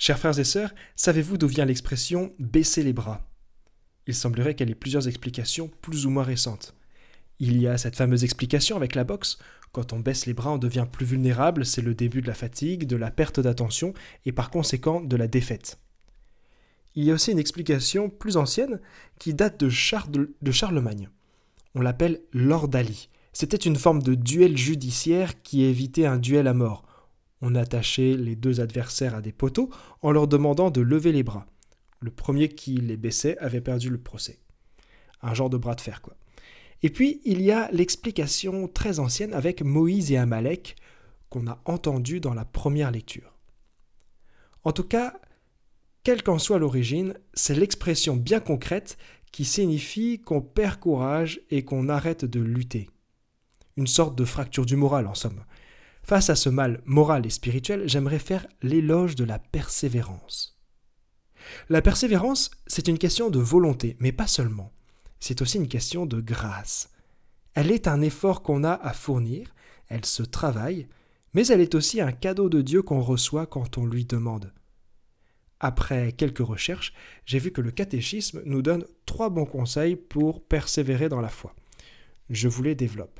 Chers frères et sœurs, savez-vous d'où vient l'expression « baisser les bras » ? Il semblerait qu'elle ait plusieurs explications plus ou moins récentes. Il y a cette fameuse explication avec la boxe. Quand on baisse les bras, on devient plus vulnérable, c'est le début de la fatigue, de la perte d'attention et par conséquent de la défaite. Il y a aussi une explication plus ancienne qui date de Charlemagne. On l'appelle l'ordalie. C'était une forme de duel judiciaire qui évitait un duel à mort. On attachait les deux adversaires à des poteaux en leur demandant de lever les bras. Le premier qui les baissait avait perdu le procès. Un genre de bras de fer, quoi. Et puis, il y a l'explication très ancienne avec Moïse et Amalek qu'on a entendue dans la première lecture. En tout cas, quelle qu'en soit l'origine, c'est l'expression bien concrète qui signifie qu'on perd courage et qu'on arrête de lutter. Une sorte de fracture du moral, en somme. Face à ce mal moral et spirituel, j'aimerais faire l'éloge de la persévérance. La persévérance, c'est une question de volonté, mais pas seulement. C'est aussi une question de grâce. Elle est un effort qu'on a à fournir, elle se travaille, mais elle est aussi un cadeau de Dieu qu'on reçoit quand on lui demande. Après quelques recherches, j'ai vu que le catéchisme nous donne 3 bons conseils pour persévérer dans la foi. Je vous les développe.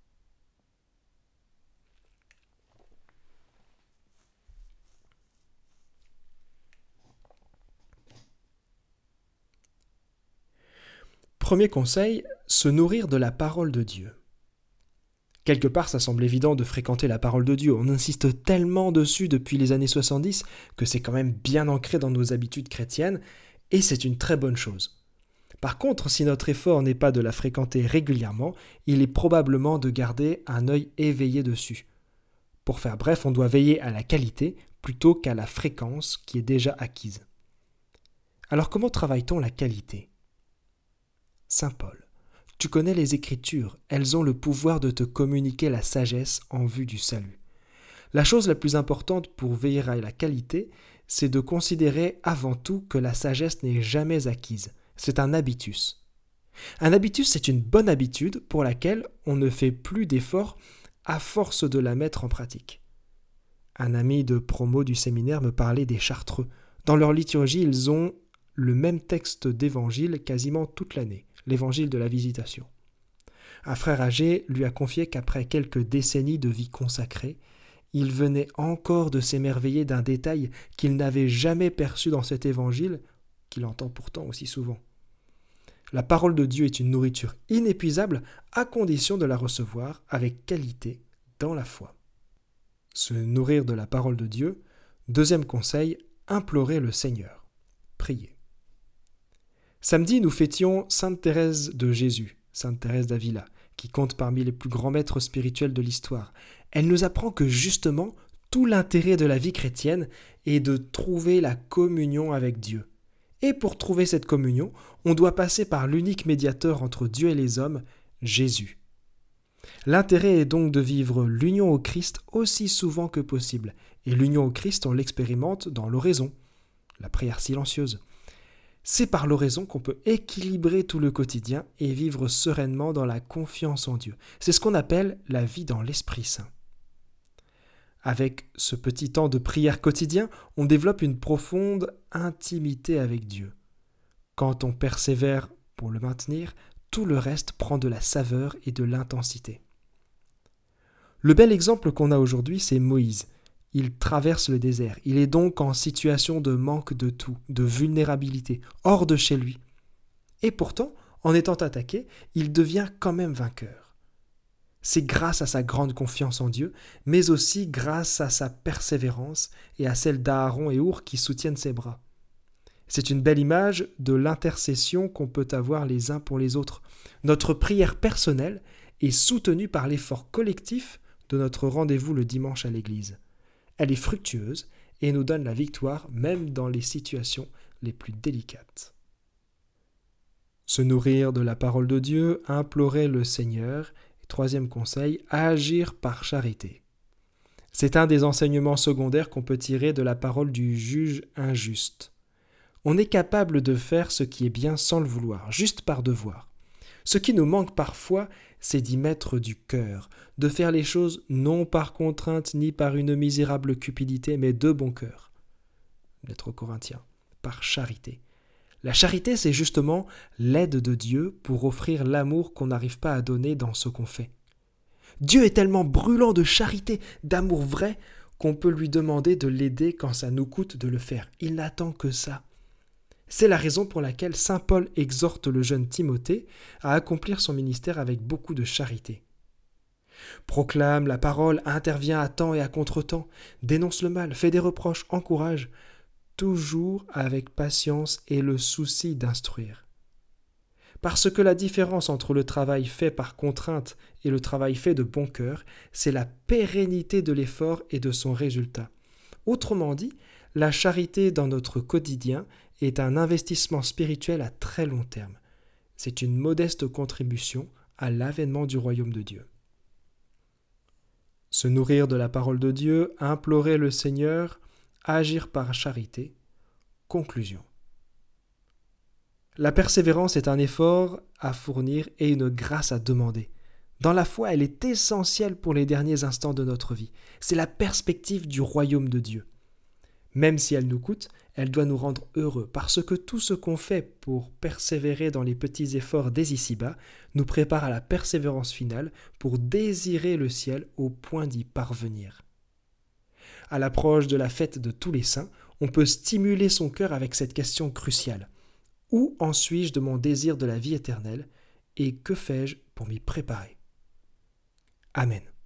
Premier conseil, se nourrir de la parole de Dieu. Quelque part, ça semble évident de fréquenter la parole de Dieu. On insiste tellement dessus depuis les années 70 que c'est quand même bien ancré dans nos habitudes chrétiennes et c'est une très bonne chose. Par contre, si notre effort n'est pas de la fréquenter régulièrement, il est probablement de garder un œil éveillé dessus. Pour faire bref, on doit veiller à la qualité plutôt qu'à la fréquence qui est déjà acquise. Alors comment travaille-t-on la qualité ? Saint Paul, tu connais les Écritures, elles ont le pouvoir de te communiquer la sagesse en vue du salut. La chose la plus importante pour veiller à la qualité, c'est de considérer avant tout que la sagesse n'est jamais acquise. C'est un habitus. Un habitus, c'est une bonne habitude pour laquelle on ne fait plus d'efforts à force de la mettre en pratique. Un ami de promo du séminaire me parlait des Chartreux. Dans leur liturgie, ils ont le même texte d'évangile quasiment toute l'année, l'évangile de la Visitation. Un frère âgé lui a confié qu'après quelques décennies de vie consacrée, il venait encore de s'émerveiller d'un détail qu'il n'avait jamais perçu dans cet évangile, qu'il entend pourtant aussi souvent. La parole de Dieu est une nourriture inépuisable à condition de la recevoir avec qualité dans la foi. Se nourrir de la parole de Dieu. Deuxième conseil, implorer le Seigneur. Prier. Samedi, nous fêtions Sainte Thérèse de Jésus, Sainte Thérèse d'Avila, qui compte parmi les plus grands maîtres spirituels de l'histoire. Elle nous apprend que justement, tout l'intérêt de la vie chrétienne est de trouver la communion avec Dieu. Et pour trouver cette communion, on doit passer par l'unique médiateur entre Dieu et les hommes, Jésus. L'intérêt est donc de vivre l'union au Christ aussi souvent que possible. Et l'union au Christ, on l'expérimente dans l'oraison, la prière silencieuse. C'est par l'oraison qu'on peut équilibrer tout le quotidien et vivre sereinement dans la confiance en Dieu. C'est ce qu'on appelle la vie dans l'Esprit Saint. Avec ce petit temps de prière quotidien, on développe une profonde intimité avec Dieu. Quand on persévère pour le maintenir, tout le reste prend de la saveur et de l'intensité. Le bel exemple qu'on a aujourd'hui, c'est Moïse. Il traverse le désert. Il est donc en situation de manque de tout, de vulnérabilité, hors de chez lui. Et pourtant, en étant attaqué, il devient quand même vainqueur. C'est grâce à sa grande confiance en Dieu, mais aussi grâce à sa persévérance et à celle d'Aaron et Our qui soutiennent ses bras. C'est une belle image de l'intercession qu'on peut avoir les uns pour les autres. Notre prière personnelle est soutenue par l'effort collectif de notre rendez-vous le dimanche à l'église. Elle est fructueuse et nous donne la victoire même dans les situations les plus délicates. Se nourrir de la parole de Dieu, implorer le Seigneur. Et troisième conseil, agir par charité. C'est un des enseignements secondaires qu'on peut tirer de la parole du juge injuste. On est capable de faire ce qui est bien sans le vouloir, juste par devoir. Ce qui nous manque parfois, c'est d'y mettre du cœur, de faire les choses non par contrainte ni par une misérable cupidité, mais de bon cœur. lettre aux Corinthiens, par charité. La charité, c'est justement l'aide de Dieu pour offrir l'amour qu'on n'arrive pas à donner dans ce qu'on fait. Dieu est tellement brûlant de charité, d'amour vrai, qu'on peut lui demander de l'aider quand ça nous coûte de le faire. Il n'attend que ça. C'est la raison pour laquelle saint Paul exhorte le jeune Timothée à accomplir son ministère avec beaucoup de charité. Proclame la parole, intervient à temps et à contre-temps, dénonce le mal, fait des reproches, encourage, toujours avec patience et le souci d'instruire. Parce que la différence entre le travail fait par contrainte et le travail fait de bon cœur, c'est la pérennité de l'effort et de son résultat. Autrement dit, la charité dans notre quotidien est un investissement spirituel à très long terme. C'est une modeste contribution à l'avènement du royaume de Dieu. Se nourrir de la parole de Dieu, implorer le Seigneur, agir par charité. Conclusion. La persévérance est un effort à fournir et une grâce à demander. Dans la foi, elle est essentielle pour les derniers instants de notre vie. C'est la perspective du royaume de Dieu. Même si elle nous coûte, elle doit nous rendre heureux, parce que tout ce qu'on fait pour persévérer dans les petits efforts dès ici-bas nous prépare à la persévérance finale pour désirer le ciel au point d'y parvenir. À l'approche de la fête de tous les saints, on peut stimuler son cœur avec cette question cruciale. Où en suis-je de mon désir de la vie éternelle et que fais-je pour m'y préparer ? Amen.